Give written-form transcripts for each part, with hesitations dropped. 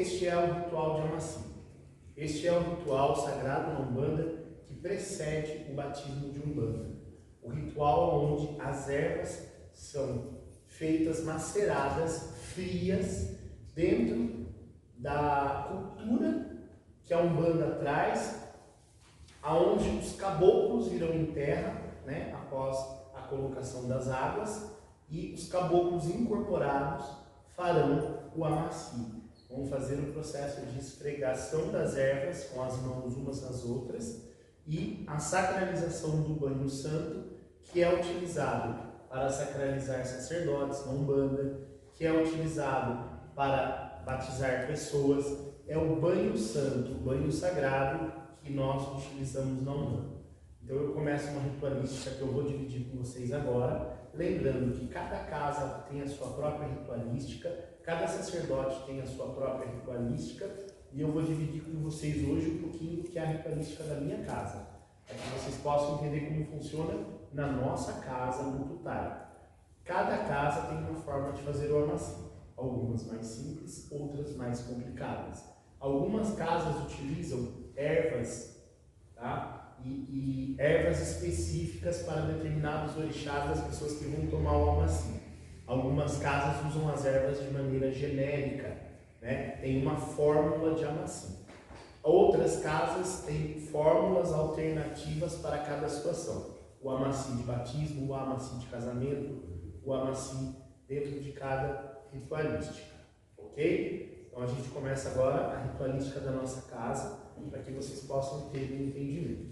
este é o ritual de Amaci. Este é o ritual sagrado na Umbanda que precede o batismo de Umbanda. O ritual onde as ervas são feitas maceradas, frias, dentro da cultura que a Umbanda traz, aonde os caboclos irão em terra, né, após a colocação das águas, e os caboclos incorporados farão o Amaci. Vão fazer o processo de esfregação das ervas com as mãos umas nas outras e a sacralização do banho santo, que é utilizado para sacralizar sacerdotes na Umbanda, que é utilizado para batizar pessoas. É o banho santo, o banho sagrado que nós utilizamos na Umbanda. Então eu começo uma ritualística que eu vou dividir com vocês agora, lembrando que cada casa tem a sua própria ritualística, cada sacerdote tem a sua própria ritualística, e eu vou dividir com vocês hoje um pouquinho do que é a ritualística da minha casa, para que vocês possam entender como funciona na nossa casa no Tutai. Cada casa tem uma forma de fazer o Amaci, algumas mais simples, outras mais complicadas. Algumas casas utilizam ervas, tá? E ervas específicas para determinados orixás das pessoas que vão tomar o Amaci. Algumas casas usam as ervas de maneira genérica, né? Tem uma fórmula de Amaci. Outras casas têm fórmulas alternativas para cada situação. O Amaci de batismo, o Amaci de casamento, o Amaci dentro de cada ritualística, ok? Então a gente começa agora a ritualística da nossa casa, para que vocês possam ter um entendimento.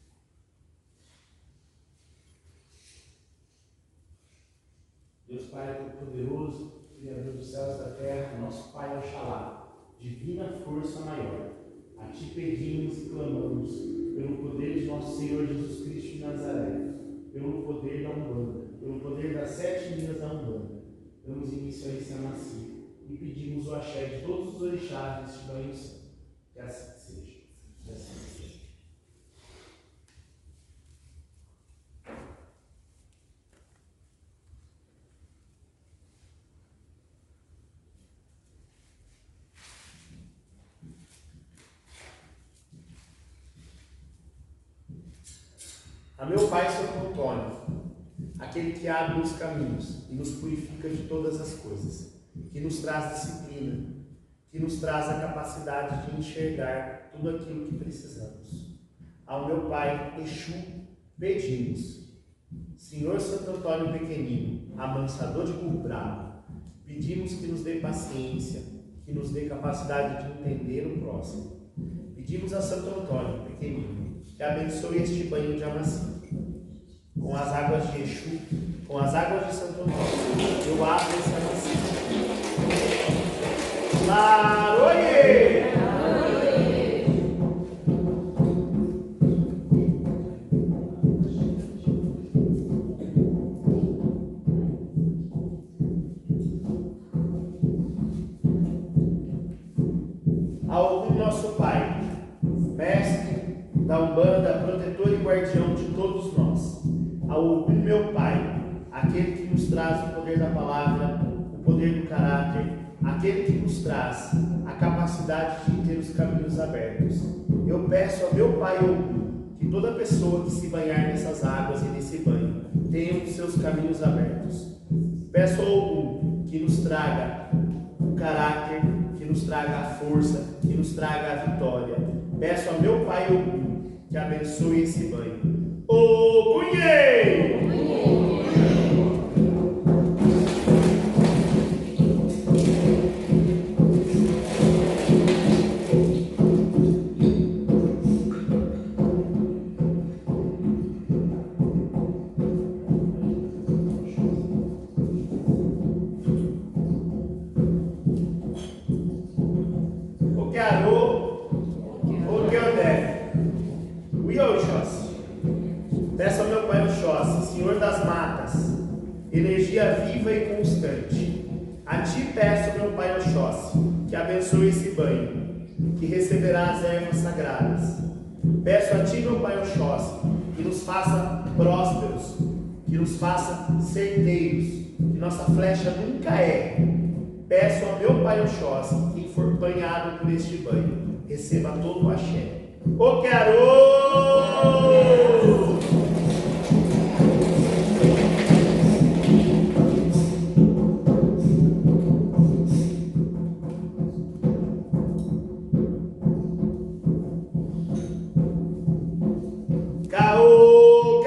Deus Pai Todo-Poderoso, Criador dos céus e da terra, nosso Pai Oxalá, divina força maior, a Ti pedimos e clamamos, pelo poder de nosso Senhor Jesus Cristo de Nazaré, pelo poder da Umbanda, pelo poder das 7 linhas da Umbanda, damos início a esse Amaci e pedimos o axé de todos os orixás deste banho santo. Que assim seja. Que assim seja. A meu Pai Santo Antônio, aquele que abre os caminhos e nos purifica de todas as coisas, que nos traz disciplina, que nos traz a capacidade de enxergar tudo aquilo que precisamos. Ao meu Pai Exu pedimos, Senhor Santo Antônio Pequenino, amansador de burro bravo, pedimos que nos dê paciência, que nos dê capacidade de entender o próximo. Pedimos a Santo Antônio Pequenino que abençoe este banho de Amaci. Com as águas de Exu, com as águas de Santo Antônio, eu abro esse Amaci. Laroie! Ao nosso Pai, Mestre da Umbanda, protetor e guardião de todos nós, ao meu Pai, aquele que nos traz o poder da palavra, o poder do caráter, aquele que nos traz a capacidade de ter os caminhos abertos. Eu peço ao meu Pai Ogum que toda pessoa que se banhar nessas águas e nesse banho tenha os seus caminhos abertos. Peço ao Ogum que nos traga o caráter, que nos traga a força, que nos traga a vitória. Peço ao meu Pai Ogum que abençoe esse banho. Ogunhê! Peço ao meu Pai Oxóssi, Senhor das matas, energia viva e constante. A Ti peço, meu Pai Oxóssi, que abençoe esse banho, que receberá as ervas sagradas. Peço a Ti, meu Pai Oxóssi, que nos faça prósperos, que nos faça certeiros, que nossa flecha nunca erre, peço ao meu Pai Oxóssi, quem for banhado por este banho, receba todo o axé. O quero! Caô,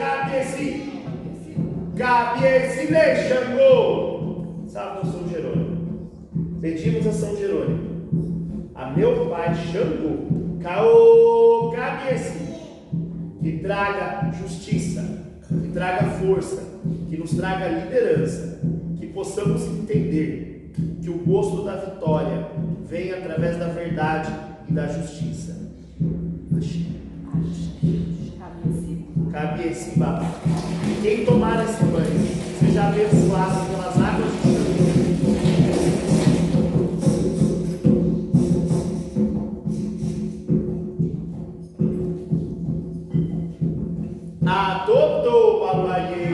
cabeça, Xangô. Salve São Jerônimo. Pedimos a São Jerônimo, a meu pai Xangô, caô, cabeça, que traga justiça, que traga força, que nos traga liderança, que possamos entender que o gosto da vitória vem através da verdade e da justiça. Cabeça, babá. Quem tomar esse banho seja abençoado pelas águas de Xangô. Adodô, babaie.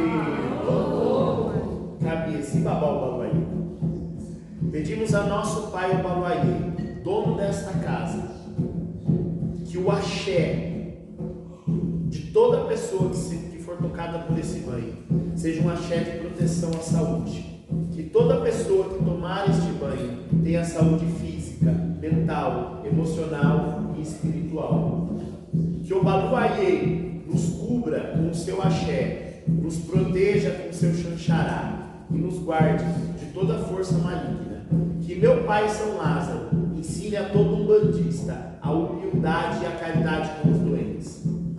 Cabeça, babá, babaie. Pedimos a nosso Pai, o Babaie, dono desta casa, que o axé de toda pessoa que for tocada por esse banho seja um axé de proteção à saúde. Que toda pessoa que tomar este banho tenha saúde física, mental, emocional e espiritual. Que o Baluayê nos cubra com o seu axé, nos proteja com o seu xanxará e nos guarde de toda força maligna. Que meu Pai São Lázaro ensine a todo umbandista a humildade e a caridade com os doentes.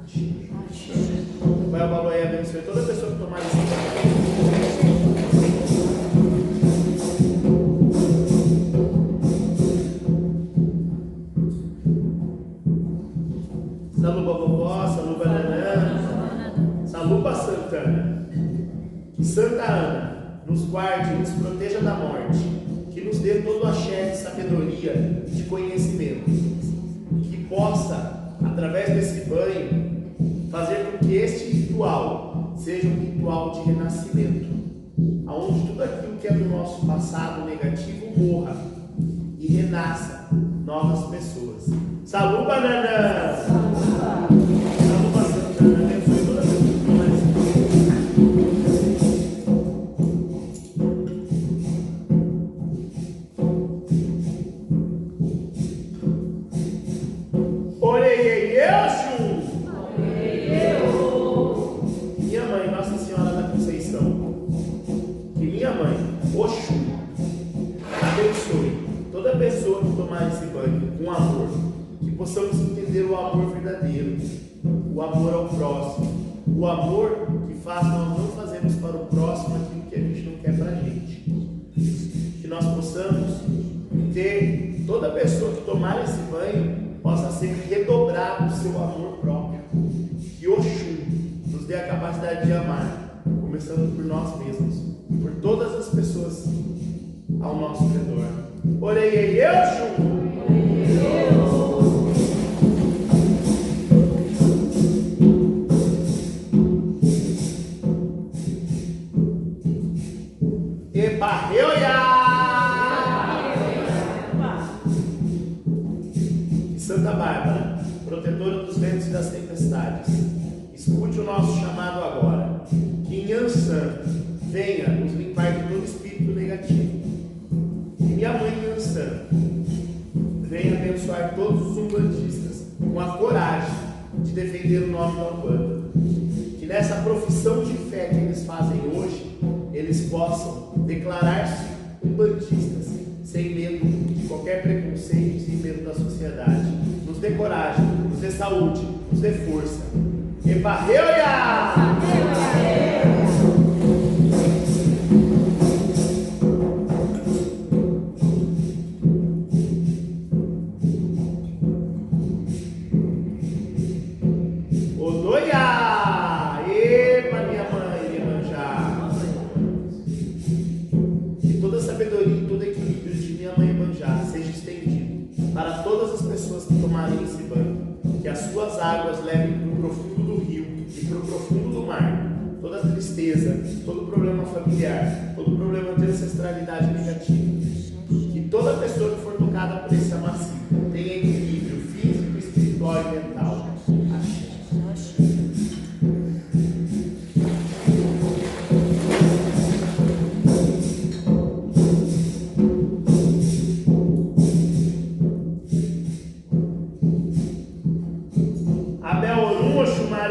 Pai, o Baluayê abençoe toda pessoa que tomar esse banho. Saluba Bobó, Saluba Nanã, Saluba Santana. Que Santa Ana nos guarde e nos proteja da morte. Que nos dê todo o axé de sabedoria e de conhecimento. Que possa, através desse banho, fazer com que este ritual seja um ritual de renascimento, onde tudo aquilo que é do nosso passado negativo morra e renasça novas pessoas. Saluba, Nanã! Saluba, Santana! Abençoe toda a pessoa. Orei eu, minha mãe, Nossa Senhora da Conceição, que minha mãe, Oxum, abençoe toda pessoa que tomar esse banho com amor, que possamos entender o amor verdadeiro, o amor ao próximo, o amor que faz nós não fazermos para o próximo aquilo que a gente não quer para a gente. Que nós possamos ter, toda pessoa que tomar esse banho possa ser redobrado o seu amor próprio. Que Oxum nos dê a capacidade de amar, começando por nós mesmos e por todas as pessoas ao nosso redor. Orei eu, Oxum! Santa Bárbara, protetora dos ventos e das tempestades, escute o nosso chamado agora. Que Nhansan venha nos limpar de todo espírito negativo. Que minha mãe Nhansan venha abençoar todos os umbandistas com a coragem de defender o nome da Umbanda. Que nessa profissão de fé que eles fazem hoje, eles possam declarar-se umbandistas, sem medo de qualquer preconceito, sem medo da sociedade. Nos dê coragem, nos dê saúde, nos dê força. Eparreuia! Odoia! Epa, minha mãe, Iemanjá! Que toda sabedoria e todo equilíbrio de minha mãe Iemanjá seja estendido para todas as pessoas que tomarem esse banho. Que as suas águas levem para o profundo do rio e para o profundo do mar toda tristeza, todo problema familiar, todo problema de ancestralidade negativa.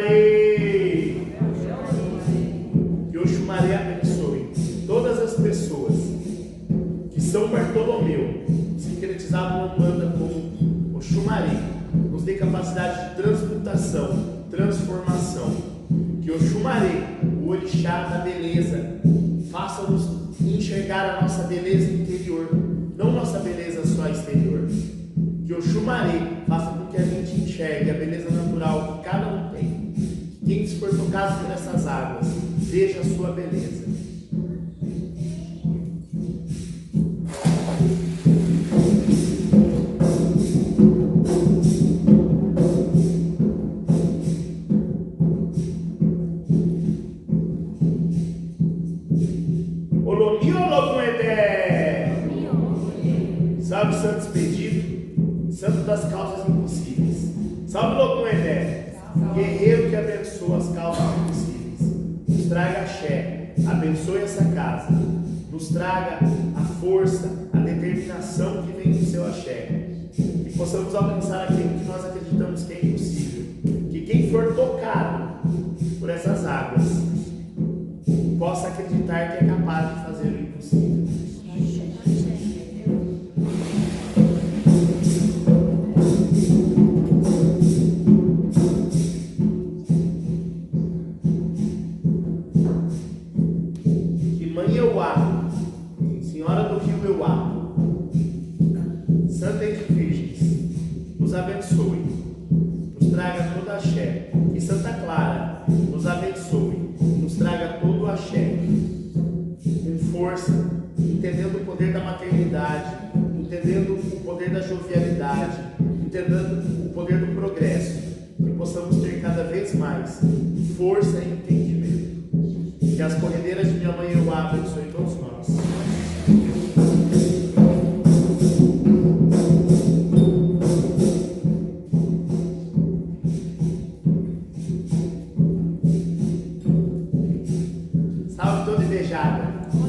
Oxumarei. Que Oxumarei abençoe todas as pessoas que São Bartolomeu, sincretizado na Umbanda como Oxumarei, nos dê capacidade de transmutação, transformação. Que Oxumarei, o orixá da beleza, faça-nos enxergar a nossa beleza interior, não nossa beleza só exterior. Que Oxumarei faça com que a gente enxergue a beleza natural que cada um tem. Quem for tocado por essas águas, veja a sua beleza. Salve Santo Expedito, Santo das causas impossíveis. Salve Logum Edé, guerreiro que abençoa as causas impossíveis. Nos traga axé, abençoe essa casa. Nos traga a força, a determinação que vem do seu axé. Que possamos alcançar aquilo que nós acreditamos que é impossível. Que quem for tocado por essas águas possa acreditar que é capaz de fazer o impossível. Senhora do Rio Euá, Santa de Virgens, nos abençoe, nos traga todo axé. E Santa Clara nos abençoe, nos traga todo o axé, com força, entendendo o poder da maternidade, entendendo o poder da jovialidade, entendendo o poder do progresso, que possamos ter cada vez mais força e entendimento. Que as corredeiras de minha mãe Euá abençoe todos nós. Salve toda beijada.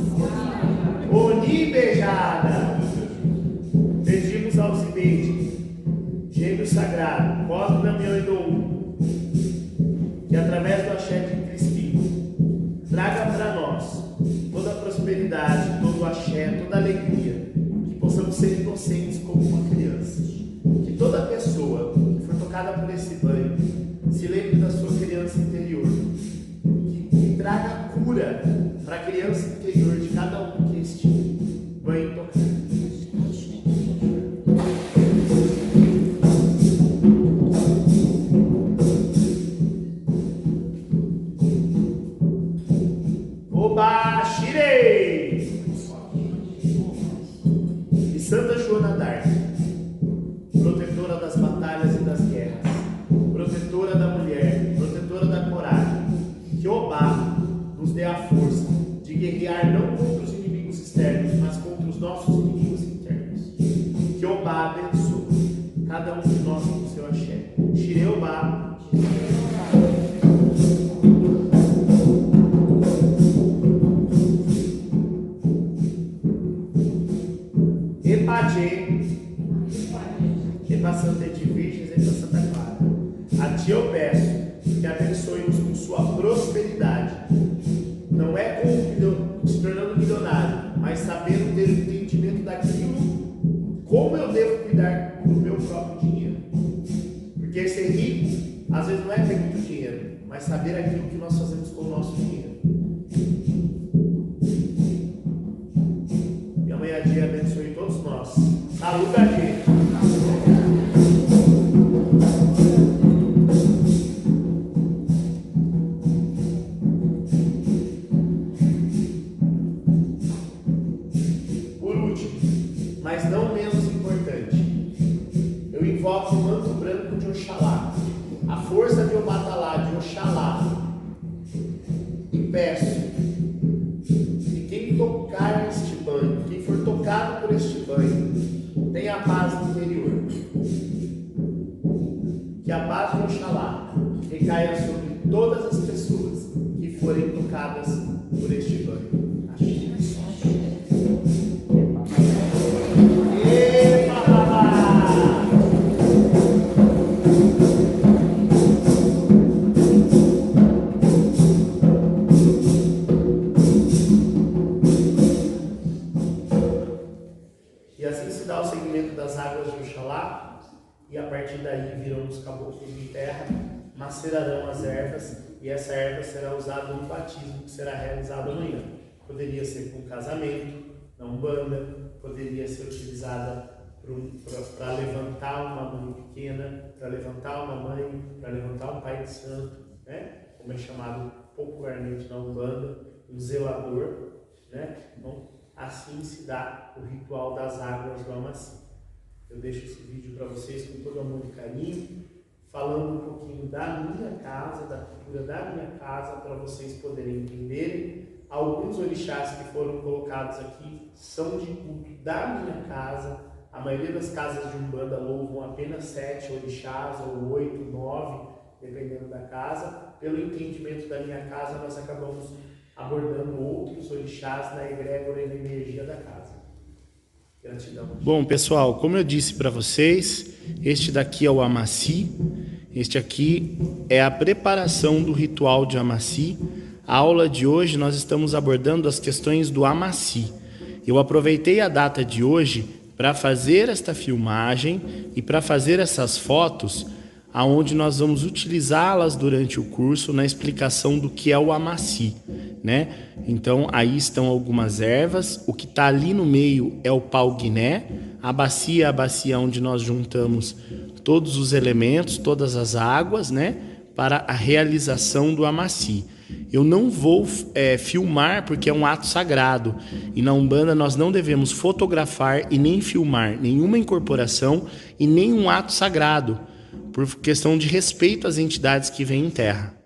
Oni beijada. Pedimos ao Zibeide, gêmeo sagrado, Cosmo, Damião e Dom, que através do axé de Crispim traga para nós toda a prosperidade, todo o axé, toda a alegria, que possamos ser inocentes como uma criança. Que toda pessoa que for tocada por esse banho se lembre da sua criança interior, que traga cura para a criança interior de cada um que este banho tocar. Obaxirei! E Santa Joana d'Arc, protetora das batalhas e das guerras, protetora da mulher, protetora da coragem, que Obá nos dê a força de guerrear não contra os inimigos externos, mas contra os nossos inimigos internos. Que Obá abençoe cada um de nós com o seu axé. Xirê Obá. Epadê, Epa Santa de Virgens, Epa Santa Clara. A ti eu peço que abençoe-nos com sua prosperidade. Não é se tornando milionário, mas sabendo ter o entendimento daquilo, como eu devo cuidar do meu próprio dinheiro. Porque ser rico, às vezes não é ter muito dinheiro, mas saber aquilo que nós fazemos com o nosso dinheiro. Minha mãe Adia abençoe todos nós. Saúde, Adia. Por último, mas não menos importante, eu invoco o manto branco de Oxalá, a força de Obatalá, de Oxalá, e peço que quem tocar este banho, quem for tocado por este banho, tenha a paz interior. Que a paz de Oxalá recaia sobre todas as pessoas que forem tocadas por este banho. dentro das águas de Oxalá, e a partir daí virão os caboclos de terra, macerarão as ervas, e essa erva será usada no batismo que será realizado amanhã. Poderia ser com casamento, na Umbanda, poderia ser utilizada para levantar uma mãe pequena, para levantar uma mãe, para levantar um pai de santo, né? Como é chamado popularmente na Umbanda, um zelador, né? Então, assim se dá o ritual das águas do Amaci. Eu deixo esse vídeo para vocês com todo amor e carinho, falando um pouquinho da minha casa, da cultura da minha casa, para vocês poderem entenderem. Alguns orixás que foram colocados aqui são de culto da minha casa. A maioria das casas de Umbanda louvam apenas 7 orixás, ou 8, 9, dependendo da casa. Pelo entendimento da minha casa, nós acabamos abordando outros orixás na egrégora e na energia da casa. Gratidão. Bom, pessoal, como eu disse para vocês, este daqui é o Amaci. Este aqui é a preparação do ritual de Amaci. A aula de hoje nós estamos abordando as questões do Amaci. Eu aproveitei a data de hoje para fazer esta filmagem e para fazer essas fotos, aonde nós vamos utilizá-las durante o curso na explicação do que é o Amaci, né? Então aí estão algumas ervas, o que está ali no meio é o pau-guiné, a bacia é a bacia onde nós juntamos todos os elementos, todas as águas, né? Para a realização do Amaci. Eu não vou filmar porque é um ato sagrado e na Umbanda nós não devemos fotografar e nem filmar nenhuma incorporação e nenhum ato sagrado, por questão de respeito às entidades que vêm em terra.